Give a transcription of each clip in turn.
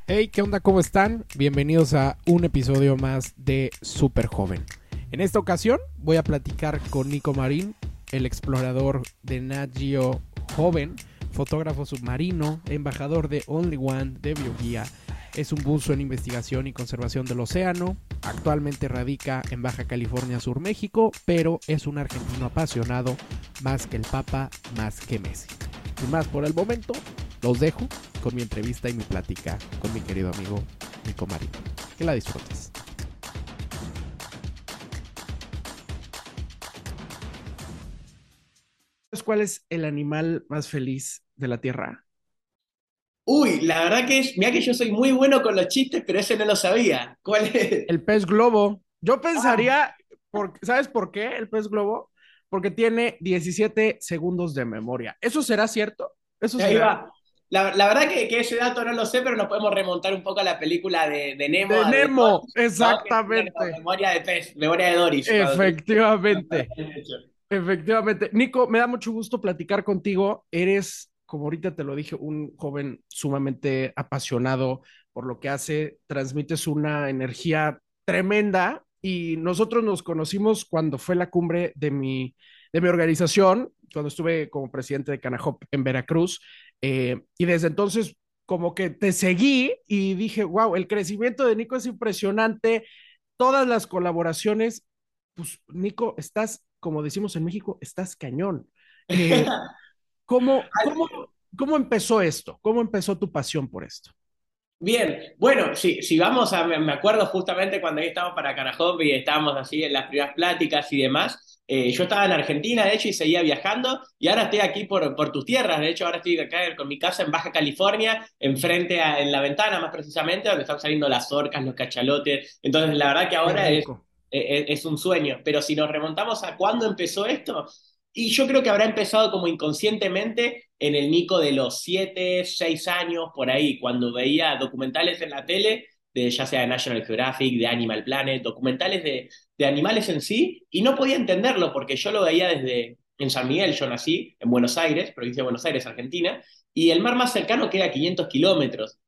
Hey, ¿qué onda? ¿Cómo están? Bienvenidos a un episodio más de Super Joven. En esta ocasión voy a platicar con Nico Marín, el explorador de Nat Geo joven, fotógrafo submarino, embajador de Only One de Bioguía. Es un buzo en investigación y conservación del océano. Actualmente radica en Baja California Sur, México, pero es un argentino apasionado, más que el Papa, más que Messi. Y más por el momento, los dejo con mi entrevista y mi plática con mi querido amigo Nico Marín. Que la disfrutes. ¿Cuál es el animal más feliz de la Tierra? Uy, la verdad que es, mira que yo soy muy bueno con los chistes, pero ese no lo sabía. ¿Cuál es? El pez globo. Yo Ah, pensaría, ¿sabes por qué el pez globo? Porque tiene 17 segundos de memoria. ¿Eso será cierto? ¿Eso ahí será? va. La verdad que ese dato no lo sé, pero nos podemos remontar un poco a la película de Nemo, De a de Nemo, Doris, ¿no? Que tiene exactamente. memoria de pez, memoria de Doris, cuando tiene Efectivamente. Efectivamente. Nico, me da mucho gusto platicar contigo. Eres, como ahorita te lo dije, un joven sumamente apasionado por lo que hace. Transmites una energía tremenda y nosotros nos conocimos cuando fue la cumbre de mi organización, cuando estuve como presidente de Canajop en Veracruz. Y desde entonces como que te seguí y dije, wow, el crecimiento de Nico es impresionante. Todas las colaboraciones, pues Nico, estás, como decimos en México, estás cañón. Eh, ¿cómo, cómo, ¿Cómo empezó esto? ¿Cómo empezó tu pasión por esto? Bien, bueno, si vamos a, me acuerdo justamente cuando ahí estábamos para Carajón y estábamos así en las primeras pláticas y demás. Yo estaba en Argentina, de hecho, y seguía viajando, y ahora estoy aquí por tus tierras. De hecho, ahora estoy acá con mi casa en Baja California, en la ventana más precisamente, donde están saliendo las orcas, los cachalotes. Entonces, la verdad que Qué ahora rico. es un sueño. Pero si nos remontamos a cuándo empezó esto, y yo creo que habrá empezado como inconscientemente en el Nico de los 7, 6 años, por ahí, cuando veía documentales en la tele, ya sea de National Geographic, de Animal Planet, documentales de animales en sí, y no podía entenderlo porque yo lo veía desde en San Miguel, yo nací en Buenos Aires, provincia de Buenos Aires, Argentina, y el mar más cercano queda a 500 kilómetros.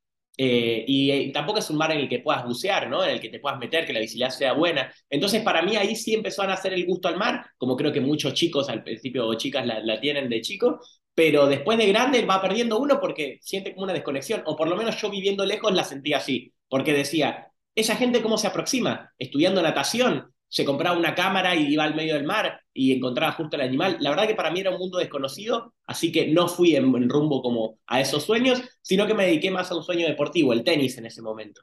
Tampoco es un mar en el que puedas bucear, ¿no? En el que te puedas meter, que la visibilidad sea buena. Entonces, para mí ahí sí empezó a nacer el gusto al mar, como creo que muchos chicos al principio o chicas la tienen de chico, pero después de grande va perdiendo uno porque siente como una desconexión, o por lo menos yo viviendo lejos la sentía así, porque decía, esa gente cómo se aproxima, estudiando natación, se compraba una cámara y iba al medio del mar y encontraba justo el animal. La verdad que para mí era un mundo desconocido, así que no fui en rumbo como a esos sueños, sino que me dediqué más a un sueño deportivo, el tenis en ese momento.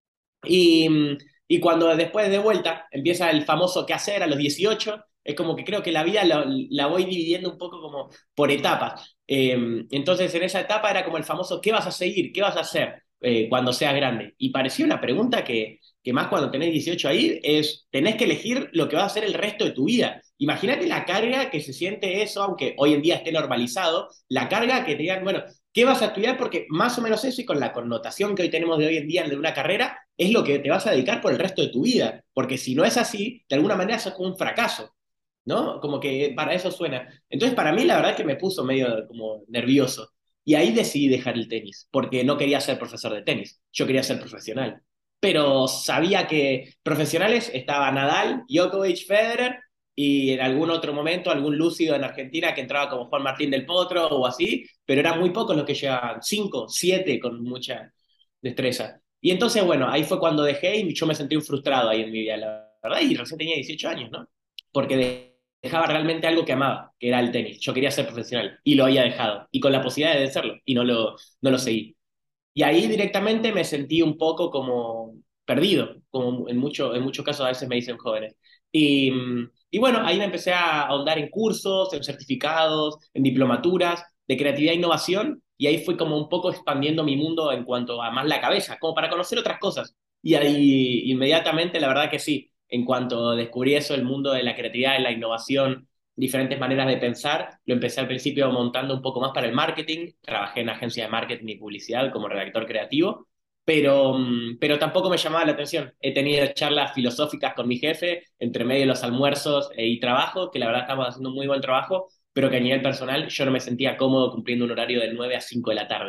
Y cuando después de vuelta empieza el famoso qué hacer a los 18, es como que creo que la vida la voy dividiendo un poco como por etapas. Entonces en esa etapa era como el famoso ¿qué vas a seguir? ¿Qué vas a hacer cuando seas grande? Y parecía una pregunta que más cuando tenés 18 ahí es, tenés que elegir lo que vas a hacer el resto de tu vida. Imagínate la carga que se siente eso, aunque hoy en día esté normalizado, la carga que te digan, bueno, ¿qué vas a estudiar? Porque más o menos eso y con la connotación que hoy tenemos de hoy en día de una carrera, es lo que te vas a dedicar por el resto de tu vida. Porque si no es así, de alguna manera eso es como un fracaso, ¿no? Como que para eso suena. Entonces, para mí, la verdad es que me puso medio como nervioso. Y ahí decidí dejar el tenis, porque no quería ser profesor de tenis, yo quería ser profesional. Pero sabía que profesionales estaba Nadal, Djokovic, Federer, y en algún otro momento algún lúcido en Argentina que entraba como Juan Martín del Potro o así, pero eran muy pocos los que llegaban, 5, 7 con mucha destreza. Y entonces, bueno, ahí fue cuando dejé y yo me sentí un frustrado ahí en mi vida, la verdad, y recién tenía 18 años, ¿no? Porque dejaba realmente algo que amaba, que era el tenis. Yo quería ser profesional y lo había dejado, y con la posibilidad de serlo, y no lo seguí. Y ahí directamente me sentí un poco como perdido, como en muchos casos a veces me dicen jóvenes. Y bueno, ahí me empecé a ahondar en cursos, en certificados, en diplomaturas de creatividad e innovación, y ahí fui como un poco expandiendo mi mundo en cuanto a más la cabeza, como para conocer otras cosas. Y ahí inmediatamente, la verdad que sí, en cuanto descubrí eso, el mundo de la creatividad y la innovación, diferentes maneras de pensar. Lo empecé al principio montando un poco más para el marketing, trabajé en agencia de marketing y publicidad como redactor creativo, pero tampoco me llamaba la atención. He tenido charlas filosóficas con mi jefe entre medio de los almuerzos y trabajo, que la verdad estamos haciendo un muy buen trabajo, pero que a nivel personal yo no me sentía cómodo cumpliendo un horario de 9 a 5 de la tarde.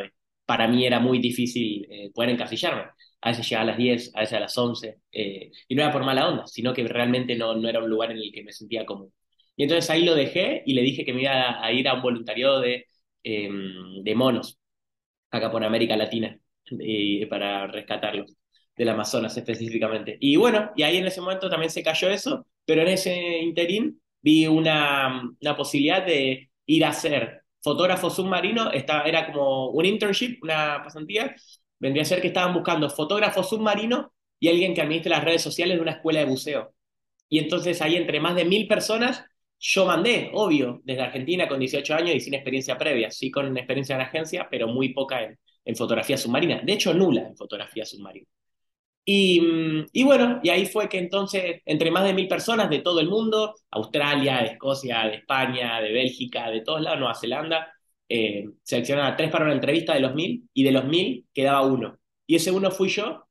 para mí era muy difícil poder encasillarme. A veces llegaba a las 10, a veces a las 11, y no era por mala onda, sino que realmente no era un lugar en el que me sentía cómodo. Y entonces ahí lo dejé y le dije que me iba a ir a un voluntariado de monos, acá por América Latina, para rescatarlos, del Amazonas específicamente. Y bueno, y ahí en ese momento también se cayó eso, pero en ese interín vi una posibilidad de ir a ser fotógrafo submarino, era como un internship, una pasantía, vendría a ser que estaban buscando fotógrafo submarino y alguien que administre las redes sociales de una escuela de buceo. Y entonces ahí entre más de 1000 personas, yo mandé, obvio, desde Argentina con 18 años y sin experiencia previa, sí con experiencia en agencia, pero muy poca en fotografía submarina, de hecho nula en fotografía submarina. Y bueno, y ahí fue que entonces, entre más de 1000 personas de todo el mundo, Australia, de Escocia, de España, de Bélgica, de todos lados, Nueva Zelanda, seleccionaron a 3 para una entrevista de los 1000, y de los 1000 quedaba uno. Y ese uno fui yo,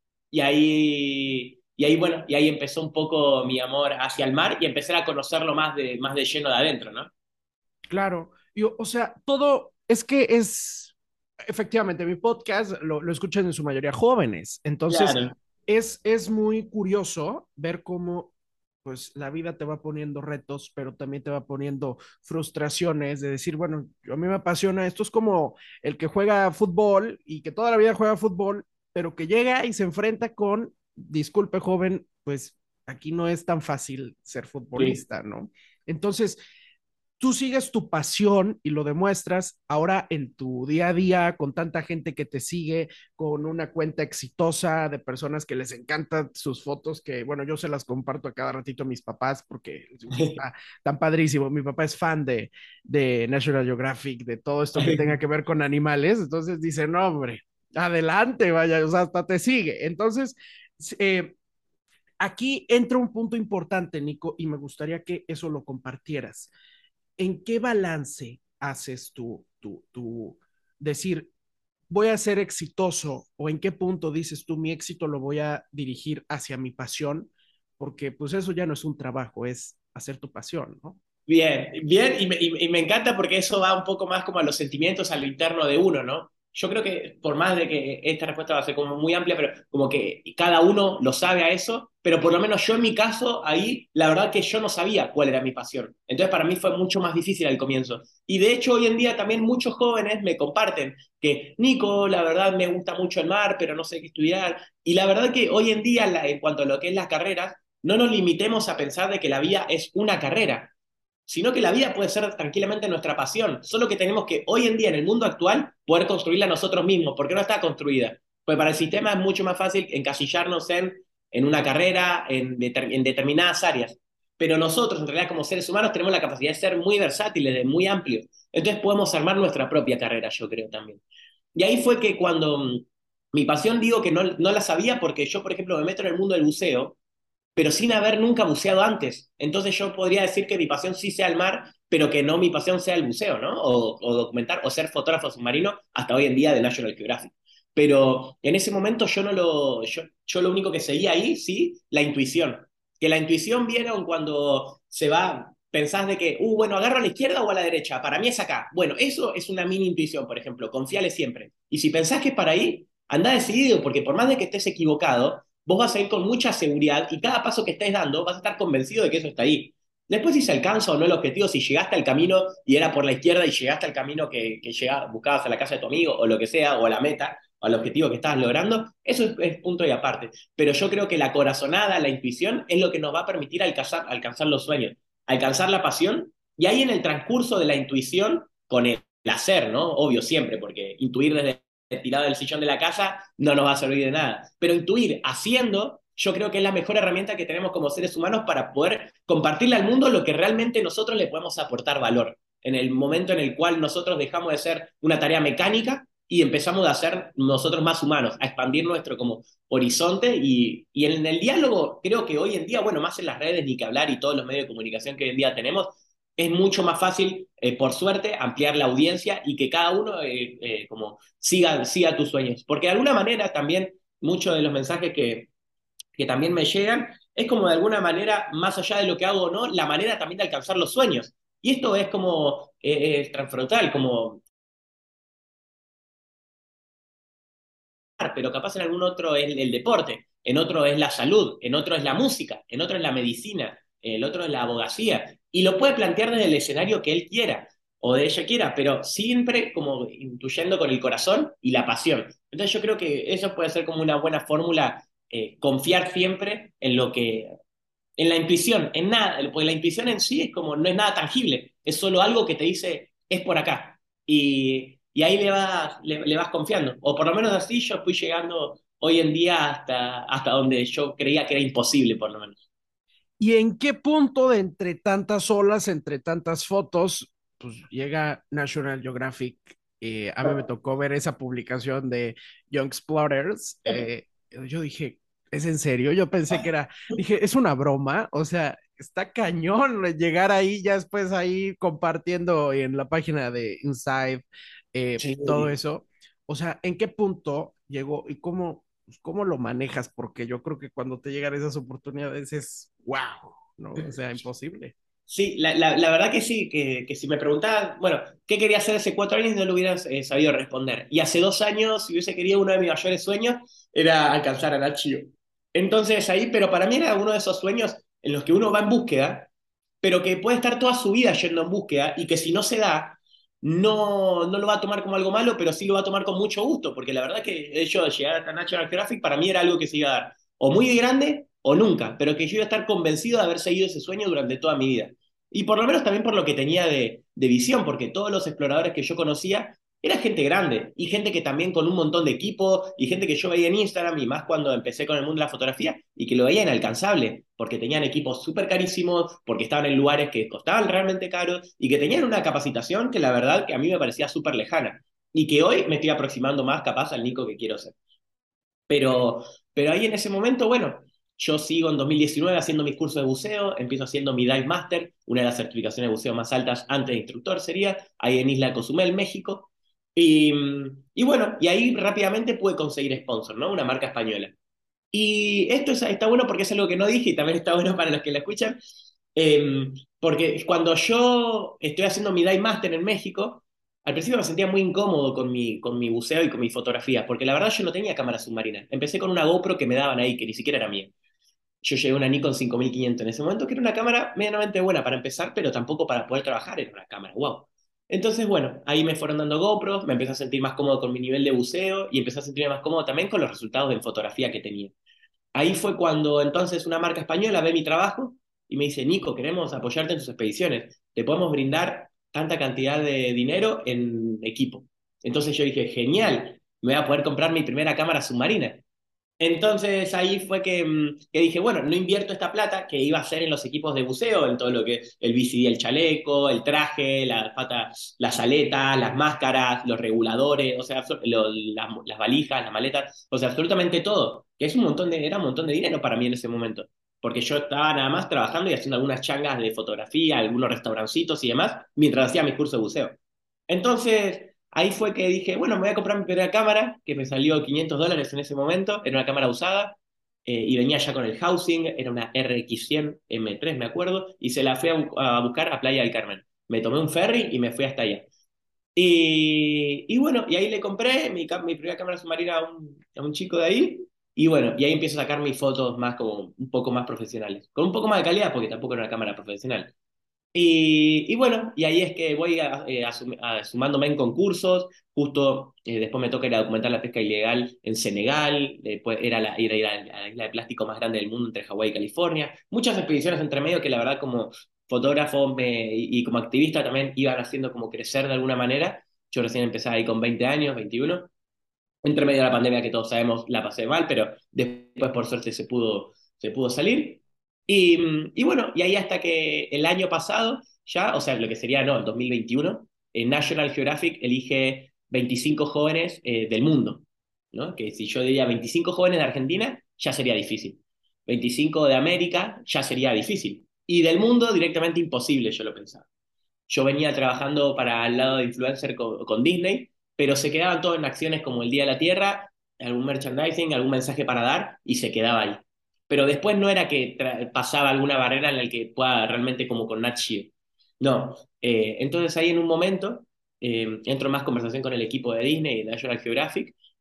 bueno, y ahí empezó un poco mi amor hacia el mar y empecé a conocerlo más de lleno de adentro, ¿no? Claro, yo, o sea, todo es que es, efectivamente, mi podcast lo escuchan en su mayoría jóvenes, entonces Claro. es muy curioso ver cómo pues la vida te va poniendo retos, pero también te va poniendo frustraciones de decir, bueno, a mí me apasiona, esto es como el que juega fútbol y que toda la vida juega fútbol, pero que llega y se enfrenta con, disculpe joven, pues aquí no es tan fácil ser Sí. futbolista, ¿no? Entonces, tú sigues tu pasión y lo demuestras ahora en tu día a día con tanta gente que te sigue, con una cuenta exitosa de personas que les encantan sus fotos, que bueno, yo se las comparto a cada ratito a mis papás porque está tan padrísimo. Mi papá es fan de National Geographic, de todo esto que tenga que ver con animales, entonces dice, no, hombre, adelante, vaya, o sea, hasta te sigue. Entonces, eh, aquí entra un punto importante, Nico, y me gustaría que eso lo compartieras. ¿En qué balance haces tú decir, voy a ser exitoso o en qué punto dices tú, mi éxito lo voy a dirigir hacia mi pasión? Porque pues eso ya no es un trabajo, es hacer tu pasión, ¿no? Bien, bien, y me encanta porque eso va un poco más como a los sentimientos, a lo interno de uno, ¿no? Yo creo que, por más de que esta respuesta va a ser como muy amplia, pero como que cada uno lo sabe a eso, pero por lo menos yo en mi caso, ahí, la verdad que yo no sabía cuál era mi pasión. Entonces para mí fue mucho más difícil al comienzo. Y de hecho hoy en día también muchos jóvenes me comparten que, Nico, la verdad me gusta mucho el mar, pero no sé qué estudiar. Y la verdad que hoy en día, en cuanto a lo que es las carreras, no nos limitemos a pensar de que la vida es una carrera, sino que la vida puede ser tranquilamente nuestra pasión, solo que tenemos que hoy en día en el mundo actual poder construirla nosotros mismos, porque no está construida. Pues para el sistema es mucho más fácil encasillarnos en una carrera, en determinadas áreas. Pero nosotros, en realidad, como seres humanos, tenemos la capacidad de ser muy versátiles, de muy amplios. Entonces podemos armar nuestra propia carrera, yo creo también. Y ahí fue que cuando mi pasión, digo que no la sabía porque yo, por ejemplo, me meto en el mundo del buceo, pero sin haber nunca buceado antes. Entonces yo podría decir que mi pasión sí sea el mar, pero que no mi pasión sea el buceo, ¿no? O documentar, o ser fotógrafo submarino, hasta hoy en día de National Geographic. Pero en ese momento yo lo único que seguía ahí, sí, la intuición. Que la intuición viene cuando se va, pensás de que, bueno, agarro a la izquierda o a la derecha, para mí es acá. Bueno, eso es una mini intuición, por ejemplo, confiale siempre. Y si pensás que es para ahí, anda decidido, porque por más de que estés equivocado, vos vas a ir con mucha seguridad y cada paso que estés dando vas a estar convencido de que eso está ahí. Después si se alcanza o no el objetivo, si llegaste al camino y era por la izquierda y llegaste al camino que buscabas a la casa de tu amigo o lo que sea, o a la meta, o al objetivo que estabas logrando, eso es punto y aparte. Pero yo creo que la corazonada, la intuición, es lo que nos va a permitir alcanzar los sueños, alcanzar la pasión, y ahí en el transcurso de la intuición, con el hacer, ¿no? Obvio siempre, porque intuir desde tirado del sillón de la casa no nos va a servir de nada. Pero intuir haciendo, yo creo que es la mejor herramienta que tenemos como seres humanos para poder compartirle al mundo lo que realmente nosotros le podemos aportar valor. En el momento en el cual nosotros dejamos de ser una tarea mecánica y empezamos a ser nosotros más humanos, a expandir nuestro como horizonte y en el diálogo, creo que hoy en día, bueno, más en las redes ni que hablar y todos los medios de comunicación que hoy en día tenemos, es mucho más fácil, por suerte, ampliar la audiencia y que cada uno como siga tus sueños. Porque de alguna manera también muchos de los mensajes que también me llegan es como de alguna manera, más allá de lo que hago o no, la manera también de alcanzar los sueños. Y esto es como transfrontal, como pero capaz en algún otro es el deporte, en otro es la salud, en otro es la música, en otro es la medicina, el otro es la abogacía, y lo puede plantear desde el escenario que él quiera o de ella quiera, pero siempre como intuyendo con el corazón y la pasión. Entonces yo creo que eso puede ser como una buena fórmula, confiar siempre en lo que, en la intuición, en nada, porque la intuición en sí es como, no es nada tangible, es solo algo que te dice, es por acá. Y ahí le vas confiando. O por lo menos así yo fui llegando hoy en día hasta donde yo creía que era imposible, por lo menos. ¿Y en qué punto de entre tantas olas, entre tantas fotos, pues llega National Geographic? A mí me tocó ver esa publicación de Young Explorers. Yo dije, ¿es en serio? Yo pensé que era, dije, es una broma. O sea, está cañón llegar ahí, ya después ahí compartiendo en la página de Inside Sí. todo eso. O sea, ¿en qué punto llegó y cómo? Pues, ¿cómo lo manejas? Porque yo creo que cuando te llegan esas oportunidades es wow, ¿no? O sea, imposible. Sí, la verdad que sí, que si me preguntabas, bueno, ¿qué quería hacer hace 4 años? No lo hubieras sabido responder. Y hace 2 años, si hubiese querido, uno de mis mayores sueños era alcanzar a Nacho. Entonces ahí, pero para mí era uno de esos sueños en los que uno va en búsqueda, pero que puede estar toda su vida yendo en búsqueda y que si no se da, no lo va a tomar como algo malo, pero sí lo va a tomar con mucho gusto, porque la verdad que yo llegar a National Geographic para mí era algo que se iba a dar, o muy grande o nunca, pero que yo iba a estar convencido de haber seguido ese sueño durante toda mi vida. Y por lo menos también por lo que tenía de visión, porque todos los exploradores que yo conocía era gente grande y gente que también con un montón de equipo y gente que yo veía en Instagram y más cuando empecé con el mundo de la fotografía y que lo veía inalcanzable, porque tenían equipos súper carísimos, porque estaban en lugares que costaban realmente caros y que tenían una capacitación que la verdad que a mí me parecía súper lejana y que hoy me estoy aproximando más capaz al Nico que quiero ser. Pero, pero ahí en ese momento, bueno, yo sigo en 2019 haciendo mis cursos de buceo, empiezo haciendo mi Dive Master, una de las certificaciones de buceo más altas antes de instructor sería, ahí en Isla de Cozumel, México. Y, y bueno, y ahí rápidamente pude conseguir sponsor, ¿no? Una marca española. Y esto está bueno porque es algo que no dije y también está bueno para los que la escuchan, porque cuando yo estoy haciendo mi Dive Master en México, al principio me sentía muy incómodo con mi buceo y con mi fotografía, porque la verdad yo no tenía cámara submarina. Empecé con una GoPro que me daban ahí, que ni siquiera era mía. Yo llevé una Nikon 5500 en ese momento, que era una cámara medianamente buena para empezar, pero tampoco para poder trabajar, era una cámara, wow. Entonces, bueno, ahí me fueron dando GoPros, me empecé a sentir más cómodo con mi nivel de buceo y empecé a sentirme más cómodo también con los resultados de fotografía que tenía. Ahí fue cuando entonces una marca española ve mi trabajo y me dice, Nico, queremos apoyarte en tus expediciones, te podemos brindar tanta cantidad de dinero en equipo. Entonces yo dije, genial, me voy a poder comprar mi primera cámara submarina. Entonces ahí fue que dije, bueno, no invierto esta plata que iba a ser en los equipos de buceo, en todo lo que es el BCD, el chaleco, el traje, las aletas, las máscaras, los reguladores, o sea, las valijas, las maletas, o sea, absolutamente todo, que es era un montón de dinero para mí en ese momento, porque yo estaba nada más trabajando y haciendo algunas changas de fotografía, algunos restaurancitos y demás, mientras hacía mis cursos de buceo. Entonces, ahí fue que dije, bueno, me voy a comprar mi primera cámara, que me salió $500 en ese momento, era una cámara usada, y venía ya con el housing, era una RX100 M3, me acuerdo, y se la fui a buscar a Playa del Carmen. Me tomé un ferry y me fui hasta allá. Y bueno, y ahí le compré mi primera cámara submarina a un chico de ahí, y bueno, y ahí empiezo a sacar mis fotos más como un poco más profesionales, con un poco más de calidad, porque tampoco era una cámara profesional. Y bueno, y ahí es que voy sumándome en concursos. Justo después me toca ir a documentar la pesca ilegal en Senegal. Después era ir a la isla de plástico más grande del mundo entre Hawái y California. Muchas expediciones entre medio que la verdad como fotógrafo y como activista también iban haciendo como crecer de alguna manera. Yo recién empecé ahí con 20 años, 21. Entre medio de la pandemia que todos sabemos la pasé mal, pero después por suerte se pudo salir. Y bueno, y ahí hasta que el año pasado, ya, o sea, lo que sería, no, el 2021, National Geographic elige 25 jóvenes del mundo, ¿no? Que si yo diría 25 jóvenes de Argentina, ya sería difícil. 25 de América, ya sería difícil. Y del mundo, directamente imposible, yo lo pensaba. Yo venía trabajando para el lado de influencer con Disney, pero se quedaban todo en acciones como el Día de la Tierra, algún merchandising, algún mensaje para dar, y se quedaba ahí. Pero después no era que pasaba alguna barrera en la que pueda realmente como con Nat Geo. No. Entonces ahí en un momento entro en más conversación con el equipo de Disney y de National Geographic,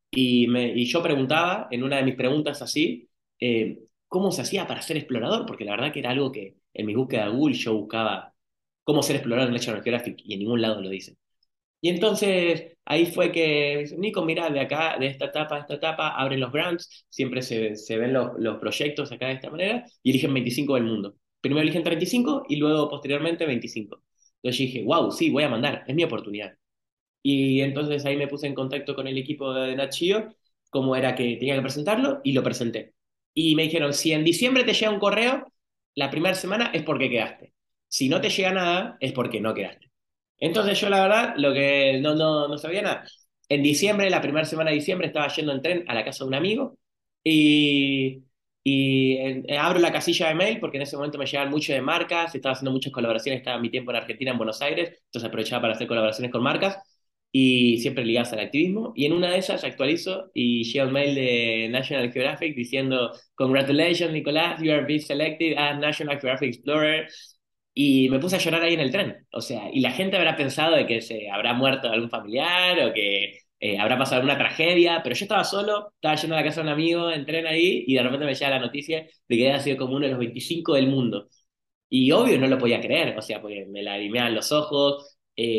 y yo preguntaba, en una de mis preguntas así, cómo se hacía para ser explorador, porque la verdad que era algo que en mi búsqueda de Google yo buscaba cómo ser explorador en National Geographic y en ningún lado lo dice. Y entonces ahí fue que, Nico, mira, de acá, de esta etapa, abren los grants, siempre se ven los proyectos acá de esta manera, y eligen 25 del mundo. Primero eligen 35 y luego posteriormente 25. Entonces yo dije, wow, sí, voy a mandar, es mi oportunidad. Y entonces ahí me puse en contacto con el equipo de Nat Geo, cómo era que tenía que presentarlo, y lo presenté. Y me dijeron, si en diciembre te llega un correo, la primera semana es porque quedaste. Si no te llega nada, es porque no quedaste. Entonces yo la verdad, lo que no sabía nada. En diciembre, la primera semana de diciembre, estaba yendo en tren a la casa de un amigo y, abro la casilla de mail porque en ese momento me llegaban mucho de marcas, estaba haciendo muchas colaboraciones, estaba mi tiempo en Argentina, en Buenos Aires, entonces aprovechaba para hacer colaboraciones con marcas y siempre ligadas al activismo. Y en una de esas actualizo y llega un mail de National Geographic diciendo: Congratulations, Nicolás, you are being selected as National Geographic Explorer. Y me puse a llorar ahí en el tren. O sea, y la gente habrá pensado de que se habrá muerto algún familiar o que habrá pasado alguna tragedia, pero yo estaba solo, estaba yendo a la casa de un amigo en tren ahí y de repente me llega la noticia de que había sido como uno de los 25 del mundo. Y obvio no lo podía creer, o sea, porque me lagrimeaban los ojos,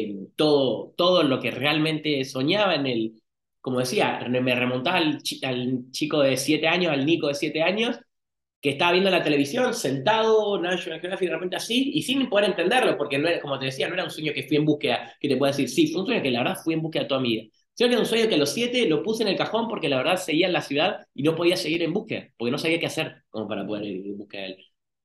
todo lo que realmente soñaba en el, como decía, me remontaba al chico de 7 años, al Nico de 7 años, que estaba viendo la televisión, sentado, National Geographic, de repente así, y sin poder entenderlo, porque no era, como te decía, no era un sueño que fui en búsqueda, que te pueda decir, sí, fue un sueño que la verdad fui en búsqueda toda mi vida. Sino que era un sueño que a los 7 lo puse en el cajón porque la verdad seguía en la ciudad y no podía seguir en búsqueda, porque no sabía qué hacer como para poder ir en búsqueda de él.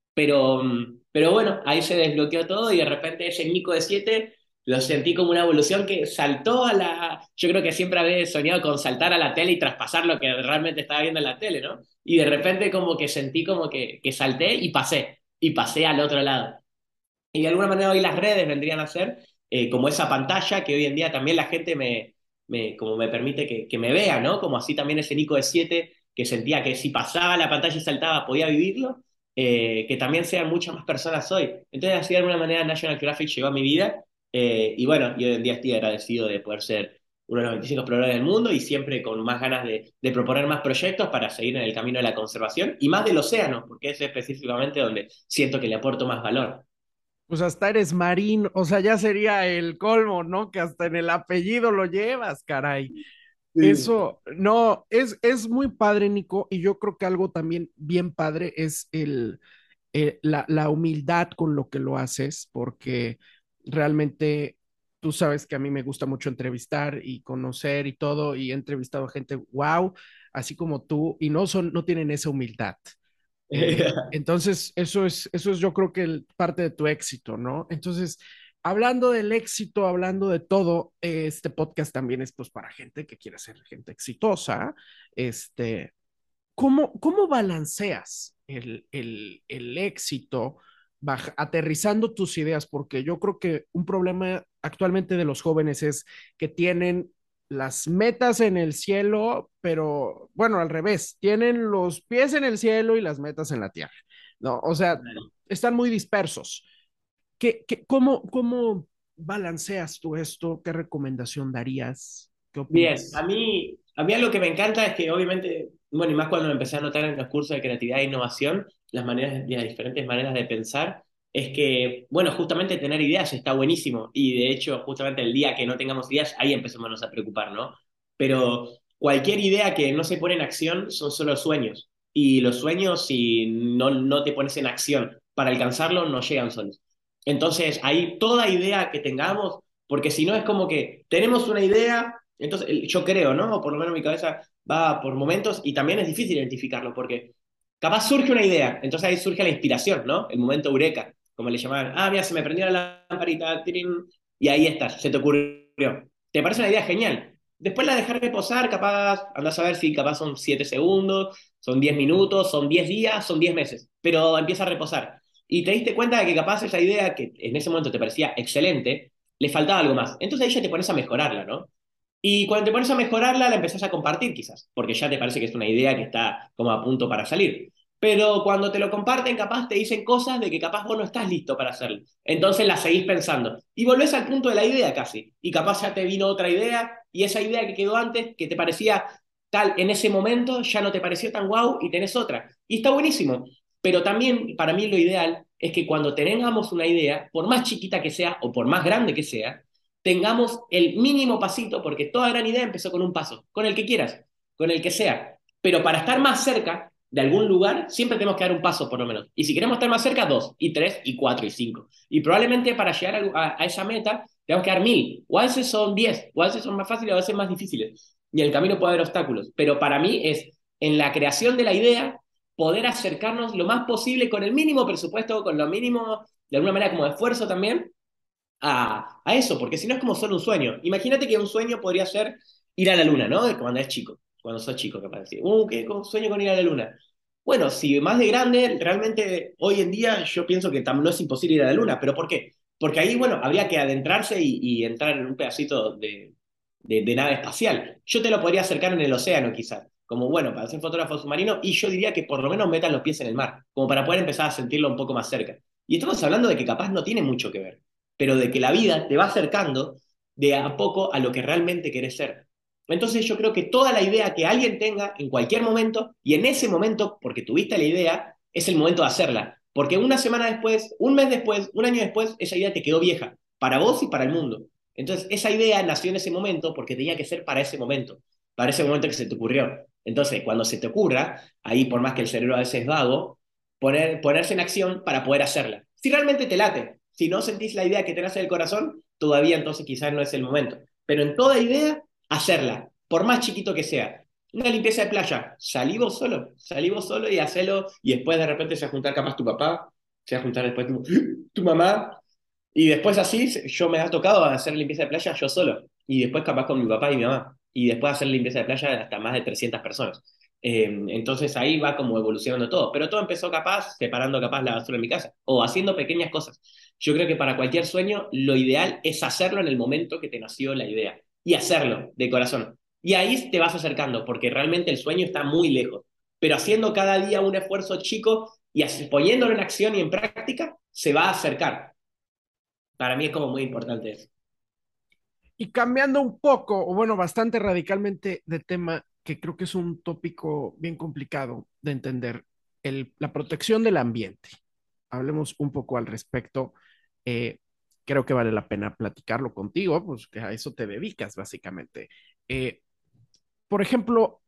Pero bueno, ahí se desbloqueó todo y de repente ese Nico de 7 lo sentí como una evolución que saltó a la... Yo creo que siempre había soñado con saltar a la tele y traspasar lo que realmente estaba viendo en la tele, ¿no? Y de repente como que sentí como que salté y pasé al otro lado. Y de alguna manera hoy las redes vendrían a ser como esa pantalla que hoy en día también la gente como me permite que me vea, ¿no? Como así también ese Nico de 7 que sentía que si pasaba la pantalla y saltaba podía vivirlo, que también sean muchas más personas hoy. Entonces así de alguna manera National Geographic llegó a mi vida y bueno, y hoy en día estoy agradecido de poder ser uno de los 25 exploradores del mundo y siempre con más ganas de proponer más proyectos para seguir en el camino de la conservación y más del océano, porque es específicamente donde siento que le aporto más valor. Pues hasta eres marín, o sea, ya sería el colmo, ¿no? Que hasta en el apellido lo llevas, caray. Sí. Eso, no, es muy padre, Nico, y yo creo que algo también bien padre es la humildad con lo que lo haces, porque realmente tú sabes que a mí me gusta mucho entrevistar y conocer y todo, y he entrevistado gente, wow, así como tú, y no tienen esa humildad. Entonces, eso es yo creo que parte de tu éxito, ¿no? Entonces, hablando del éxito, hablando de todo, este podcast también es pues para gente que quiere ser gente exitosa. Este, ¿cómo balanceas el éxito aterrizando tus ideas? Porque yo creo que un problema actualmente de los jóvenes es que tienen las metas en el cielo, pero bueno, al revés, tienen los pies en el cielo y las metas en la tierra, ¿no? O sea, están muy dispersos. ¿Cómo balanceas tú esto? ¿Qué recomendación darías? ¿Qué Bien, opinas? a mí lo que me encanta es que obviamente, bueno, y más cuando me empecé a notar en los cursos de creatividad e innovación, las diferentes maneras de pensar, es que, bueno, justamente tener ideas está buenísimo y de hecho, justamente el día que no tengamos ideas, ahí empecemos a preocupar, ¿no? Pero cualquier idea que no se pone en acción son solo sueños y los sueños, si no te pones en acción para alcanzarlo, no llegan solos. Entonces, ahí toda idea que tengamos, porque si no es como que tenemos una idea, entonces, yo creo, ¿no? O por lo menos mi cabeza va por momentos y también es difícil identificarlo porque capaz surge una idea, entonces ahí surge la inspiración, ¿no? El momento eureka, como le llamaban. Ah, mira, se me prendió la lamparita, tirín, y ahí está, se te ocurrió. ¿Te parece una idea genial? Después la dejar reposar, capaz, andás a ver si capaz son 7 segundos, son 10 minutos, son 10 días, son 10 meses, pero empieza a reposar. Y te diste cuenta de que capaz esa idea que en ese momento te parecía excelente, le faltaba algo más. Entonces ahí ya te pones a mejorarla, ¿no? Y cuando te pones a mejorarla, la empezás a compartir quizás, porque ya te parece que es una idea que está como a punto para salir. Pero cuando te lo comparten, capaz te dicen cosas de que capaz vos no estás listo para hacerlo. Entonces la seguís pensando. Y volvés al punto de la idea casi. Y capaz ya te vino otra idea, y esa idea que quedó antes, que te parecía tal, en ese momento ya no te pareció tan guau y tenés otra. Y está buenísimo. Pero también, para mí, lo ideal es que cuando tengamos una idea, por más chiquita que sea o por más grande que sea, tengamos el mínimo pasito, porque toda gran idea empezó con un paso, con el que quieras, con el que sea. Pero para estar más cerca de algún lugar, siempre tenemos que dar un paso por lo menos. Y si queremos estar más cerca, dos, y tres, y cuatro, y cinco. Y probablemente para llegar a esa meta, tenemos que dar 1000. O a veces son 10, o a veces son más fáciles, o a veces más difíciles. Y en el camino puede haber obstáculos. Pero para mí es en la creación de la idea poder acercarnos lo más posible con el mínimo presupuesto, con lo mínimo, de alguna manera como de esfuerzo también, a eso, porque si no es como solo un sueño. Imagínate que un sueño podría ser ir a la luna, ¿no? Cuando es chico, cuando sos chico, capaz de decir, qué sueño con ir a la luna. Bueno, si más de grande, realmente hoy en día yo pienso que no es imposible ir a la luna, pero ¿por qué? Porque ahí, bueno, habría que adentrarse y entrar en un pedacito de nave espacial. Yo te lo podría acercar en el océano, quizás, como bueno, para ser fotógrafo submarino, y yo diría que por lo menos metan los pies en el mar, como para poder empezar a sentirlo un poco más cerca. Y estamos hablando de que capaz no tiene mucho que ver, pero de que la vida te va acercando de a poco a lo que realmente querés ser. Entonces yo creo que toda la idea que alguien tenga en cualquier momento, y en ese momento, porque tuviste la idea, es el momento de hacerla. Porque una semana después, un mes después, un año después, esa idea te quedó vieja, para vos y para el mundo. Entonces esa idea nació en ese momento porque tenía que ser para ese momento que se te ocurrió. Entonces cuando se te ocurra, ahí por más que el cerebro a veces es vago, ponerse en acción para poder hacerla. Si realmente te late, si no sentís la idea que te nace del corazón, todavía entonces quizás no es el momento. Pero en toda idea, hacerla, por más chiquito que sea. Una limpieza de playa, salí vos solo y hacelo, y después de repente se va a juntar capaz tu papá, se va a juntar después tu mamá, y después así yo me ha tocado hacer limpieza de playa yo solo, y después capaz con mi papá y mi mamá, y después hacer limpieza de playa hasta más de 300 personas. Entonces ahí va como evolucionando todo, pero todo empezó capaz separando capaz la basura en mi casa, o haciendo pequeñas cosas. Yo creo que para cualquier sueño lo ideal es hacerlo en el momento que te nació la idea, y hacerlo de corazón. Y ahí te vas acercando, porque realmente el sueño está muy lejos, pero haciendo cada día un esfuerzo chico y poniéndolo en acción y en práctica, se va a acercar. Para mí es como muy importante eso. Y cambiando un poco, o bueno, bastante radicalmente de tema, que creo que es un tópico bien complicado de entender, la protección del ambiente. Hablemos un poco al respecto. Eh, Creo que vale la pena platicarlo contigo, pues que a eso te dedicas básicamente. Eh, por ejemplo,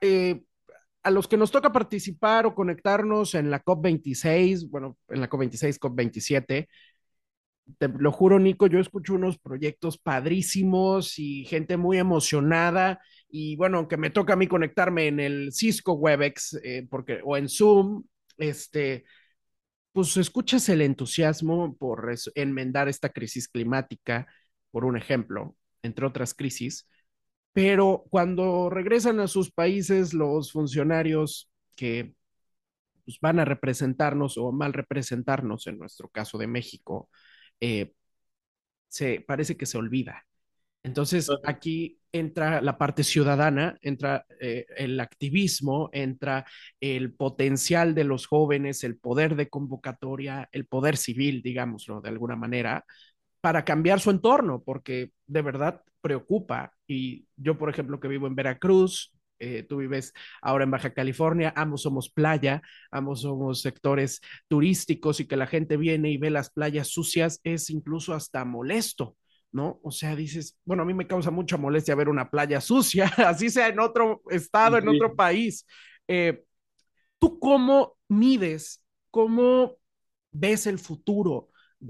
a los que nos toca participar o conectarnos en la COP26, bueno, en la COP26, COP27, te lo juro, Nico, yo escucho unos proyectos padrísimos y gente muy emocionada. Y bueno, aunque me toca a mí conectarme en el Cisco Webex porque, o en Zoom, este, pues escuchas el entusiasmo por enmendar esta crisis climática, por un ejemplo, entre otras crisis. Pero cuando regresan a sus países los funcionarios que pues, van a representarnos o mal representarnos, en nuestro caso de México, eh, parece que se olvida. Entonces, aquí entra la parte ciudadana, entra el activismo, entra el potencial de los jóvenes, el poder de convocatoria, el poder civil, digámoslo de alguna manera, para cambiar su entorno, porque de verdad preocupa. Y yo, por ejemplo, que vivo en Veracruz, tú vives ahora en Baja California, ambos somos playa, ambos somos sectores turísticos y que la gente viene y ve las playas sucias es incluso hasta molesto. ¿No? O sea, dices, bueno, a mí me causa mucha molestia ver una playa sucia, así sea en otro estado, en otro Sí. país. Eh, ¿Tú cómo mides, cómo ves el futuro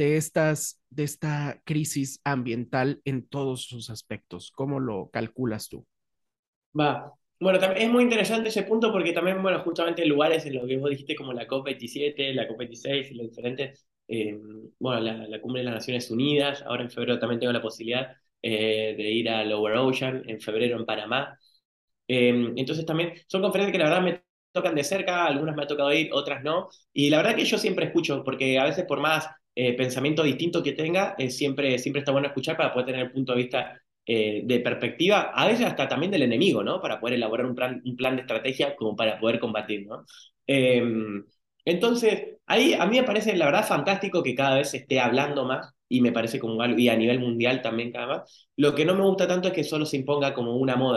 de esta crisis ambiental en todos sus aspectos? ¿Cómo lo calculas tú? Va. Bueno, también es muy interesante ese punto porque también, bueno, justamente lugares en los que vos dijiste como la COP27, la COP26 y los diferentes, bueno, la Cumbre de las Naciones Unidas, ahora en febrero también tengo la posibilidad de ir a Lower Ocean, en febrero en Panamá. Entonces también son conferencias que la verdad me tocan de cerca, algunas me ha tocado ir, otras no, y la verdad que yo siempre escucho, porque a veces por más pensamiento distinto que tenga, siempre está bueno escuchar para poder tener el punto de vista de perspectiva, a veces hasta también del enemigo, ¿no? Para poder elaborar un plan de estrategia como para poder combatir, ¿no? Eh, entonces, ahí a mí me parece la verdad fantástico que cada vez se esté hablando más, y me parece como algo, y a nivel mundial también cada vez. Lo que no me gusta tanto es que solo se imponga como una moda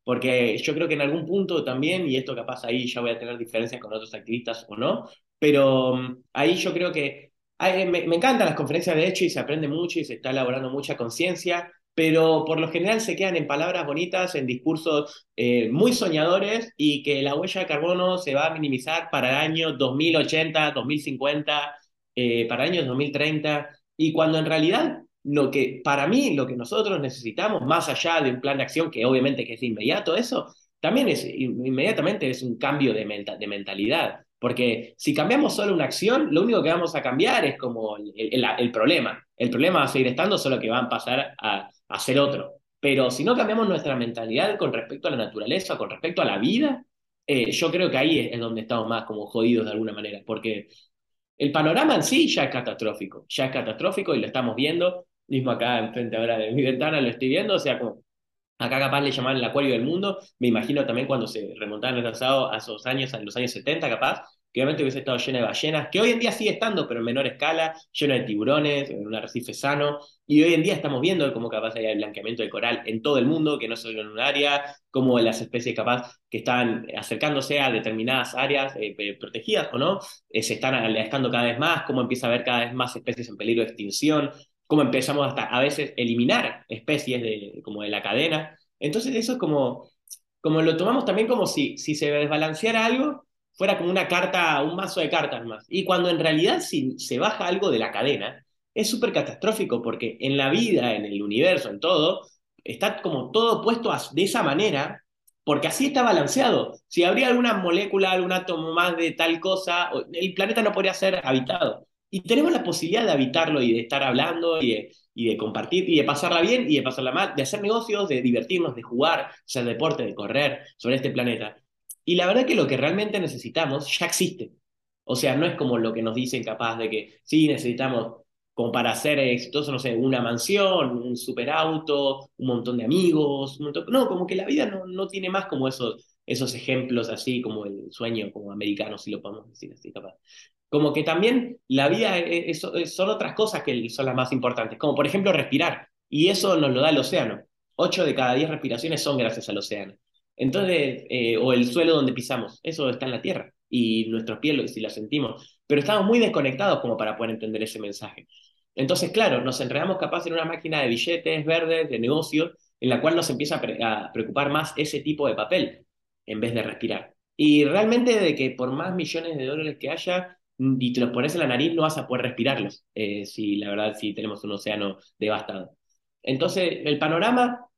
porque yo creo que en algún punto también, y esto capaz ahí ya voy a tener diferencias con otros activistas o no, pero ahí yo creo que me encantan las conferencias de hecho y se aprende mucho y se está elaborando mucha conciencia, pero por lo general se quedan en palabras bonitas, en discursos muy soñadores y que la huella de carbono se va a minimizar para el año 2080, 2050, para el año 2030, y cuando en realidad lo que, para mí, lo que nosotros necesitamos, más allá de un plan de acción que obviamente que es inmediato, eso también es inmediatamente es un cambio de mentalidad. Porque si cambiamos solo una acción, lo único que vamos a cambiar es como el problema. El problema va a seguir estando, solo que va a pasar a ser otro. Pero si no cambiamos nuestra mentalidad con respecto a la naturaleza, con respecto a la vida, yo creo que ahí es donde estamos más como jodidos de alguna manera. Porque el panorama en sí ya es catastrófico y lo estamos viendo, mismo acá enfrente ahora de mi ventana lo estoy viendo, o sea, como acá capaz le llamaban el acuario del mundo, me imagino también cuando se remontaban el pasado a esos años, a los años 70 capaz, que obviamente hubiese estado llena de ballenas, que hoy en día sigue estando, pero en menor escala, lleno de tiburones, en un arrecife sano, y hoy en día estamos viendo cómo capaz hay blanqueamiento de coral en todo el mundo, que no solo en un área, como las especies capaz que están acercándose a determinadas áreas protegidas o no, se están alejando cada vez más, cómo empieza a haber cada vez más especies en peligro de extinción, cómo empezamos hasta a veces eliminar especies como de la cadena. Entonces eso es como lo tomamos también como si se desbalanceara algo, fuera como una carta, un mazo de cartas más. Y cuando en realidad si se baja algo de la cadena, es súper catastrófico porque en la vida, en el universo, en todo, está como todo puesto de esa manera, porque así está balanceado. Si habría alguna molécula, algún átomo más de tal cosa, el planeta no podría ser habitado. Y tenemos la posibilidad de habitarlo y de estar hablando y de compartir y de pasarla bien y de pasarla mal, de hacer negocios, de divertirnos, de jugar, hacer deporte, de correr sobre este planeta. Y la verdad que lo que realmente necesitamos ya existe. O sea, no es como lo que nos dicen capaz de que sí necesitamos, como para ser exitoso, no sé, una mansión, un superauto, un montón de amigos, no, como que la vida no tiene más como esos ejemplos así, como el sueño como americano, si lo podemos decir así capaz. Como que también la vida son otras cosas que son las más importantes, como por ejemplo respirar, y eso nos lo da el océano. 8 de cada 10 respiraciones son gracias al océano. Entonces, o el suelo donde pisamos, eso está en la tierra, y nuestros pies, si lo sentimos, pero estamos muy desconectados como para poder entender ese mensaje. Entonces, claro, nos enredamos capaz en una máquina de billetes verdes, de negocios, en la cual nos empieza a preocupar más ese tipo de papel, en vez de respirar. Y realmente de que por más millones de dólares que haya, y te los pones en la nariz, no vas a poder respirarlos, si la verdad, si tenemos un océano devastado. Entonces, el panorama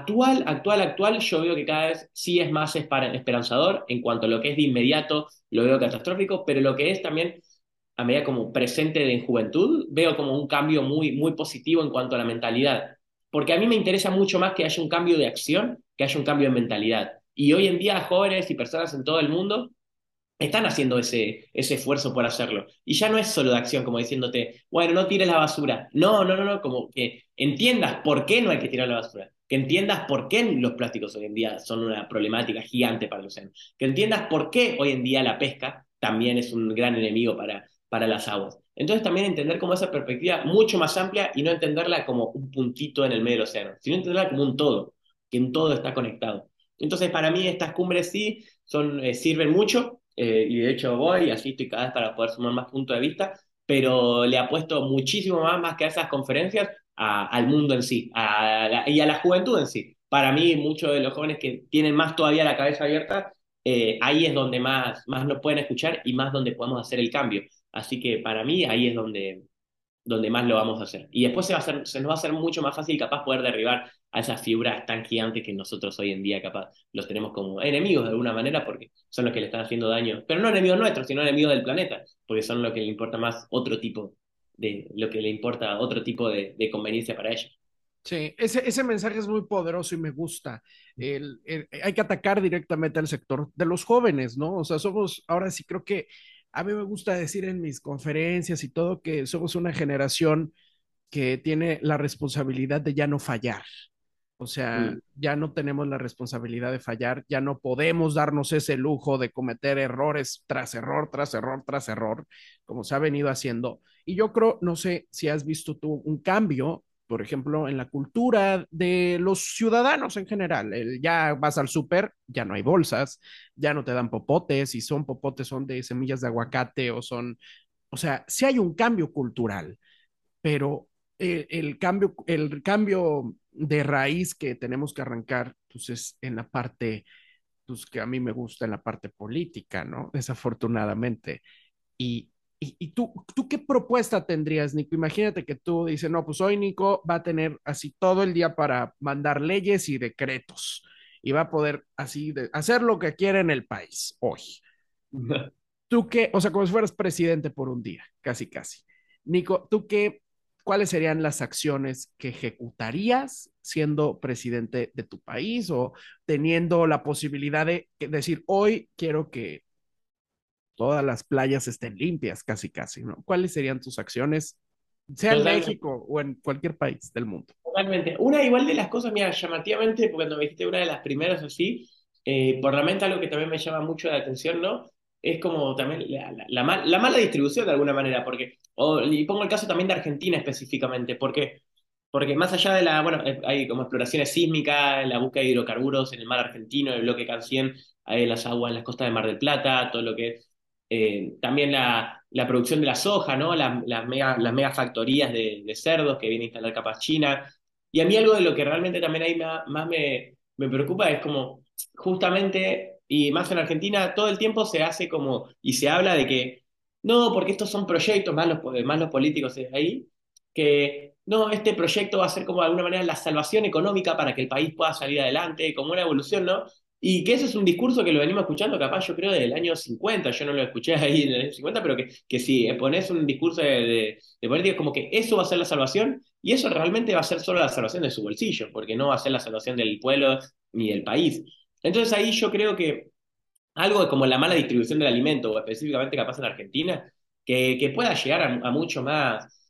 actual, yo veo que cada vez sí es más esperanzador en cuanto a lo que es de inmediato, lo veo catastrófico, pero lo que es también a medida como presente en juventud, veo como un cambio muy, muy positivo en cuanto a la mentalidad. Porque a mí me interesa mucho más que haya un cambio de acción, que haya un cambio de mentalidad. Y hoy en día jóvenes y personas en todo el mundo están haciendo ese esfuerzo por hacerlo. Y ya no es solo de acción, como diciéndote, bueno, no tires la basura. No, no, no, no, como que entiendas por qué no hay que tirar la basura. Que entiendas por qué los plásticos hoy en día son una problemática gigante para el océano. Que entiendas por qué hoy en día la pesca también es un gran enemigo para las aguas. Entonces también entender como esa perspectiva mucho más amplia y no entenderla como un puntito en el medio del océano, sino entenderla como un todo, que un todo está conectado. Entonces para mí estas cumbres sí sirven mucho, y de hecho voy, así estoy cada vez para poder sumar más puntos de vista, pero le apuesto muchísimo más que a esas conferencias al mundo en sí y a la juventud en sí. Para mí, muchos de los jóvenes que tienen más todavía la cabeza abierta, ahí es donde más nos pueden escuchar y más donde podemos hacer el cambio. Así que para mí ahí es donde más lo vamos a hacer. Y después se nos va a hacer mucho más fácil capaz poder derribar a esas figuras tan gigantes que nosotros hoy en día capaz los tenemos como enemigos de alguna manera porque son los que le están haciendo daño, pero no enemigos nuestros, sino enemigos del planeta, porque son lo que le importa más lo que le importa otro tipo de conveniencia para ellos. Sí, ese mensaje es muy poderoso y me gusta. Hay que atacar directamente al sector de los jóvenes, ¿no? O sea, somos, ahora sí creo que a mí me gusta decir en mis conferencias y todo que somos una generación que tiene la responsabilidad de ya no fallar. O sea, Mm. ya no tenemos la responsabilidad de fallar, ya no podemos darnos ese lujo de cometer errores tras error, tras error, tras error, como se ha venido haciendo. Y yo creo, no sé si has visto tú un cambio por ejemplo, en la cultura de los ciudadanos en general. Ya vas al súper, ya no hay bolsas, ya no te dan popotes, si son popotes son de semillas de aguacate o son, o sea, sí hay un cambio cultural, pero el cambio de raíz que tenemos que arrancar, pues es en la parte, pues que a mí me gusta en la parte política, ¿no? Desafortunadamente. Y tú qué propuesta tendrías, Nico? Imagínate que tú dices, no, pues hoy Nico va a tener así todo el día para mandar leyes y decretos y va a poder así hacer lo que quiera en el país hoy. Tú qué, o sea, como si fueras presidente por un día, casi, casi. Nico, ¿tú qué, cuáles serían las acciones que ejecutarías siendo presidente de tu país o teniendo la posibilidad de decir, hoy quiero que todas las playas estén limpias, casi, casi, ¿no? ¿Cuáles serían tus acciones, sea en Totalmente. México o en cualquier país del mundo? Totalmente. Una igual de las cosas, mira, llamativamente, cuando me dijiste una de las primeras así, por la mente algo que también me llama mucho la atención, ¿no? Es como también la mala distribución de alguna manera, porque, y pongo el caso también de Argentina específicamente, porque más allá de bueno, hay como exploraciones sísmicas, la búsqueda de hidrocarburos en el mar argentino, el bloque Cancién, hay las aguas en las costas de Mar del Plata, todo lo que es también la producción de la soja, ¿no? Las mega factorías de cerdos que viene a instalar capaz China. Y a mí algo de lo que realmente también ahí más me preocupa es como justamente, y más en Argentina, todo el tiempo se hace como, y se habla de que, no, porque estos son proyectos, más los políticos de ahí, que no, este proyecto va a ser como de alguna manera la salvación económica para que el país pueda salir adelante, como una evolución, ¿no? Y que ese es un discurso que lo venimos escuchando capaz yo creo desde el año 50, yo no lo escuché ahí en el año 50, pero que si pones un discurso de política como que eso va a ser la salvación, y eso realmente va a ser solo la salvación de su bolsillo, porque no va a ser la salvación del pueblo ni del país. Entonces ahí yo creo que algo como la mala distribución del alimento, o específicamente capaz en Argentina, que pueda llegar a mucho más,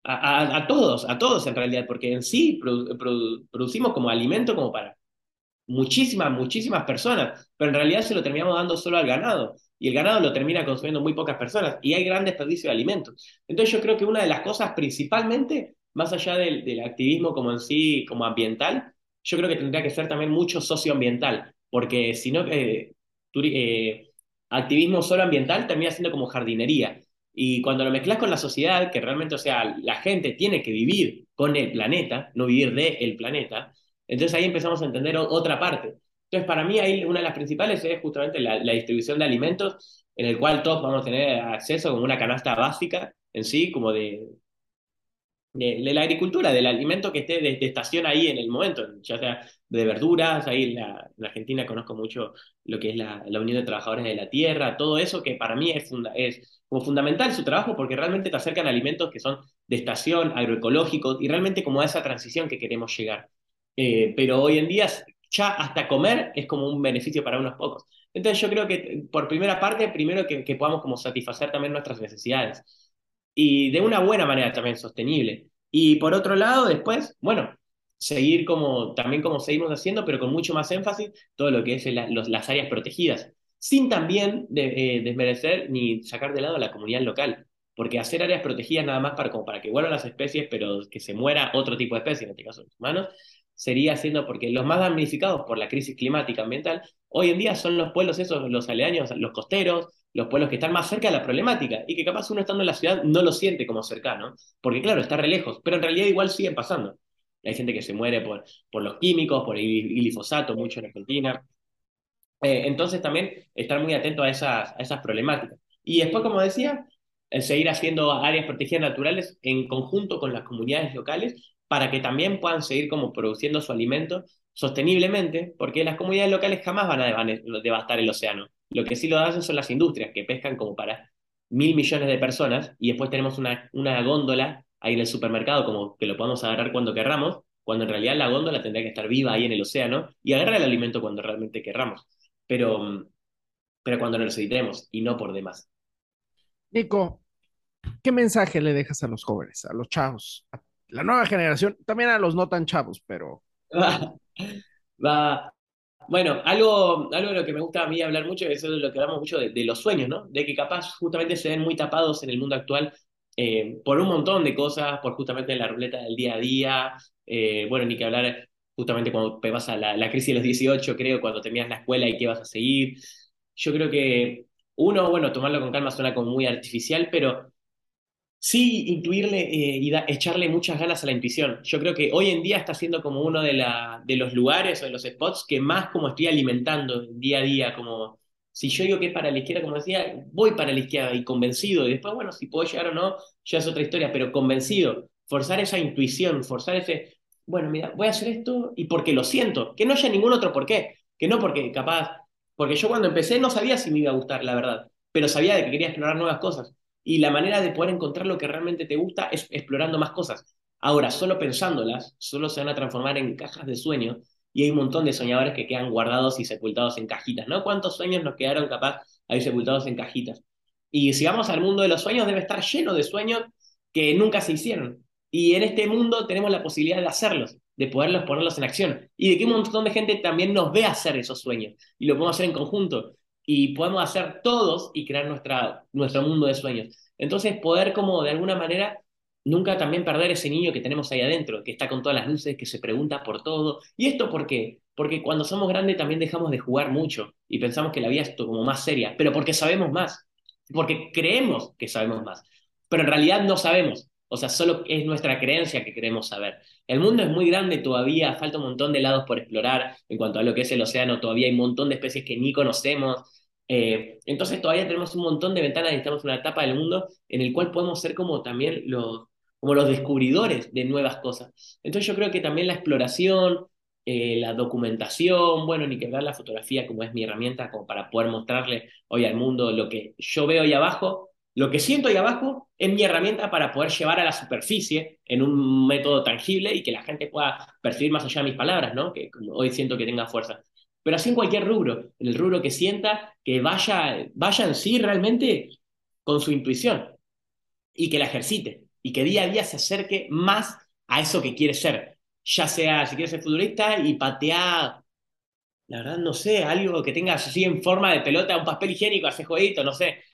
a todos en realidad, porque en sí producimos como alimento como para muchísimas personas, pero en realidad se lo terminamos dando solo al ganado, y el ganado lo termina consumiendo muy pocas personas, y hay gran desperdicio de alimentos. Entonces yo creo que una de las cosas principalmente, más allá del activismo como en sí, como ambiental, yo creo que tendría que ser también mucho socioambiental, porque si no, activismo solo ambiental termina siendo como jardinería. Y cuando lo mezclas con la sociedad, que realmente, o sea, la gente tiene que vivir con el planeta, no vivir de el planeta, entonces ahí empezamos a entender otra parte. Entonces, para mí ahí una de las principales es justamente la distribución de alimentos, en el cual todos vamos a tener acceso como una canasta básica en sí, como de la agricultura, del alimento que esté de estación ahí en el momento, ya sea de verduras, ahí en Argentina conozco mucho lo que es la Unión de Trabajadores de la Tierra, todo eso que para mí es como fundamental su trabajo porque realmente te acercan alimentos que son de estación, agroecológicos y realmente como a esa transición que queremos llegar. Pero hoy en día ya hasta comer es como un beneficio para unos pocos. Entonces yo creo que por primera parte, primero que podamos como satisfacer también nuestras necesidades y de una buena manera también sostenible. Y por otro lado, después, bueno, seguir como, también como seguimos haciendo, pero con mucho más énfasis, todo lo que es las áreas protegidas, sin también desmerecer ni sacar de lado a la comunidad local, porque hacer áreas protegidas nada más para, como para que vuelvan las especies, pero que se muera otro tipo de especie, en este caso los humanos, sería haciendo, porque los más damnificados por la crisis climática ambiental, hoy en día son los pueblos esos, los aledaños, los costeros, los pueblos que están más cerca de la problemática y que capaz uno estando en la ciudad no lo siente como cercano, porque claro, está re lejos, pero en realidad igual siguen pasando. Hay gente que se muere por los químicos, por el glifosato, mucho en Argentina. Entonces también estar muy atento a esas problemáticas. Y después, como decía, seguir haciendo áreas protegidas naturales en conjunto con las comunidades locales para que también puedan seguir como produciendo su alimento sosteniblemente, porque las comunidades locales jamás van a devastar el océano. Lo que sí lo hacen son las industrias que pescan como para 1.000 millones de personas y después tenemos una góndola ahí en el supermercado como que lo podamos agarrar cuando querramos, cuando en realidad la góndola tendría que estar viva ahí en el océano y agarrar el alimento cuando realmente querramos pero, pero cuando lo necesitemos y no por demás. Nico, ¿qué mensaje le dejas a los jóvenes, a los chavos, a la nueva generación, también a los no tan chavos, pero Va, va. Bueno, algo de lo que me gusta a mí hablar mucho es eso de lo que hablamos mucho de los sueños, ¿no? De que capaz justamente se ven muy tapados en el mundo actual por un montón de cosas, por justamente la ruleta del día a día, bueno, ni que hablar justamente cuando te vas a la crisis de los 18, creo, cuando terminas la escuela y qué vas a seguir. Yo creo que uno, bueno, tomarlo con calma suena como muy artificial, pero sí intuirle echarle muchas ganas a la intuición. Yo creo que hoy en día está siendo como uno de los lugares o de los spots que más como estoy alimentando día a día, como si yo digo que es para la izquierda, como decía, voy para la izquierda y convencido, y después, bueno, si puedo llegar o no, ya es otra historia, pero convencido, forzar esa intuición, forzar ese, bueno, mira, voy a hacer esto y porque lo siento, que no haya ningún otro por qué, que no porque capaz, porque yo cuando empecé no sabía si me iba a gustar, la verdad, pero sabía de que quería explorar nuevas cosas. Y la manera de poder encontrar lo que realmente te gusta es explorando más cosas. Ahora, solo pensándolas, solo se van a transformar en cajas de sueño y hay un montón de soñadores que quedan guardados y sepultados en cajitas, ¿no? ¿Cuántos sueños nos quedaron capaz ahí sepultados en cajitas? Y si vamos al mundo de los sueños, debe estar lleno de sueños que nunca se hicieron. Y en este mundo tenemos la posibilidad de hacerlos, de poderlos ponerlos en acción y de que un montón de gente también nos ve hacer esos sueños y lo podemos hacer en conjunto y podemos hacer todos y crear nuestro mundo de sueños. Entonces, poder como de alguna manera nunca también perder ese niño que tenemos ahí adentro, que está con todas las luces, que se pregunta por todo. ¿Y esto por qué? Porque cuando somos grandes también dejamos de jugar mucho y pensamos que la vida es como más seria, pero porque sabemos más, porque creemos que sabemos más, pero en realidad no sabemos. O sea, solo es nuestra creencia que queremos saber. El mundo es muy grande todavía, falta un montón de lados por explorar. En cuanto a lo que es el océano, todavía hay un montón de especies que ni conocemos. Entonces todavía tenemos un montón de ventanas y estamos en una etapa del mundo en el cual podemos ser como también como los descubridores de nuevas cosas. Entonces yo creo que también la exploración, la documentación, bueno, ni que ver la fotografía como es mi herramienta como para poder mostrarle hoy al mundo lo que yo veo ahí abajo, lo que siento ahí abajo es mi herramienta para poder llevar a la superficie en un método tangible y que la gente pueda percibir más allá de mis palabras, ¿no? Que como hoy siento que tenga fuerza. Pero así en cualquier rubro, en el rubro que sienta, que vaya en sí realmente con su intuición y que la ejercite y que día a día se acerque más a eso que quiere ser. Ya sea, si quiere ser futbolista y patear, la verdad no sé, algo que tenga así en forma de pelota, un papel higiénico, hacer jueguito, no sé.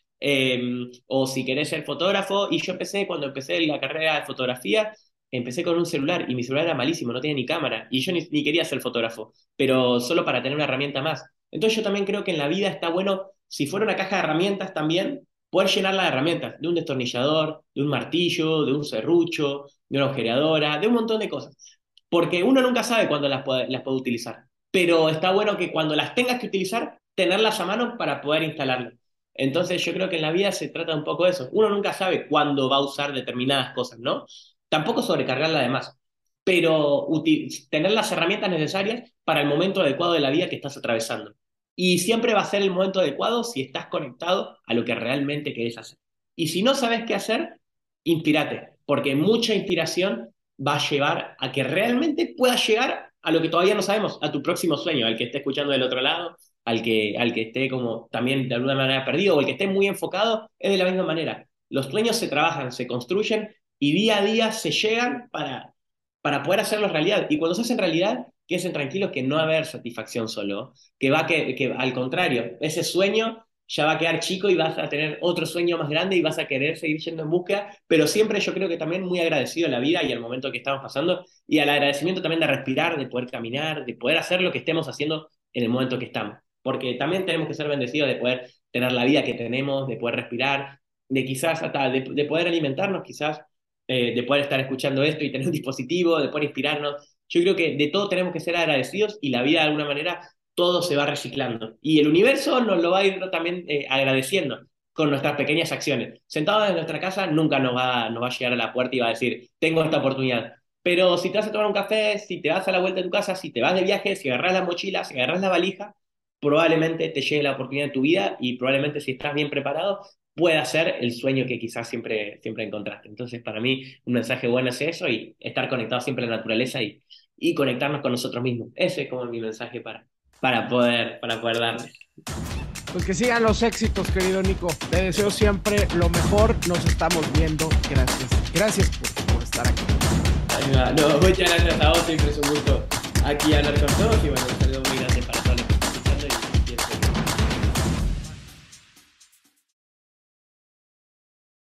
O si querés ser fotógrafo, y yo empecé, cuando empecé la carrera de fotografía, empecé con un celular y mi celular era malísimo, no tenía ni cámara y yo ni quería ser fotógrafo, pero solo para tener una herramienta más. Entonces yo también creo que en la vida está bueno, si fuera una caja de herramientas también, poder llenarla de herramientas, de un destornillador, de un martillo, de un serrucho, de una agujereadora, de un montón de cosas. Porque uno nunca sabe cuándo las puede utilizar, pero está bueno que cuando las tengas que utilizar, tenerlas a mano para poder instalarlas. Entonces yo creo que en la vida se trata un poco de eso. Uno nunca sabe cuándo va a usar determinadas cosas, ¿no? Tampoco sobrecargarla de más, pero tener las herramientas necesarias para el momento adecuado de la vida que estás atravesando. Y siempre va a ser el momento adecuado si estás conectado a lo que realmente querés hacer. Y si no sabes qué hacer, inspirate, porque mucha inspiración va a llevar a que realmente puedas llegar a lo que todavía no sabemos, a tu próximo sueño, al que esté escuchando del otro lado, al que esté como también de alguna manera perdido o el que esté muy enfocado, es de la misma manera. Los sueños se trabajan, se construyen y día a día se llegan para poder hacerlos realidad. Y cuando se hacen realidad, queden tranquilos que no va a haber satisfacción solo, que al contrario, ese sueño ya va a quedar chico y vas a tener otro sueño más grande y vas a querer seguir yendo en búsqueda, pero siempre yo creo que también muy agradecido a la vida y al momento que estamos pasando y al agradecimiento también de respirar, de poder caminar, de poder hacer lo que estemos haciendo en el momento que estamos. Porque también tenemos que ser bendecidos de poder tener la vida que tenemos, de poder respirar, de quizás hasta de poder alimentarnos, quizás de poder estar escuchando esto y tener un dispositivo, de poder inspirarnos. Yo creo que de todo tenemos que ser agradecidos y la vida de alguna manera todo se va reciclando. Y el universo nos lo va a ir también agradeciendo con nuestras pequeñas acciones. Sentados en nuestra casa nunca nos va a llegar a la puerta y va a decir, tengo esta oportunidad. Pero si te vas a tomar un café, si te vas a la vuelta de tu casa, si te vas de viaje, si agarras la mochila, si agarras la valija, probablemente te llegue la oportunidad de tu vida y probablemente si estás bien preparado, pueda ser el sueño que quizás siempre encontraste. Entonces, para mí, un mensaje bueno es eso y estar conectado siempre a la naturaleza y conectarnos con nosotros mismos. Ese es como mi mensaje para poder darle. Pues que sigan los éxitos, querido Nico. Te deseo siempre lo mejor. Nos estamos viendo. Gracias. Gracias por estar aquí. No, muchas gracias a vos. Siempre es un gusto aquí hablar con todos y bueno, un saludo muy grande para todos.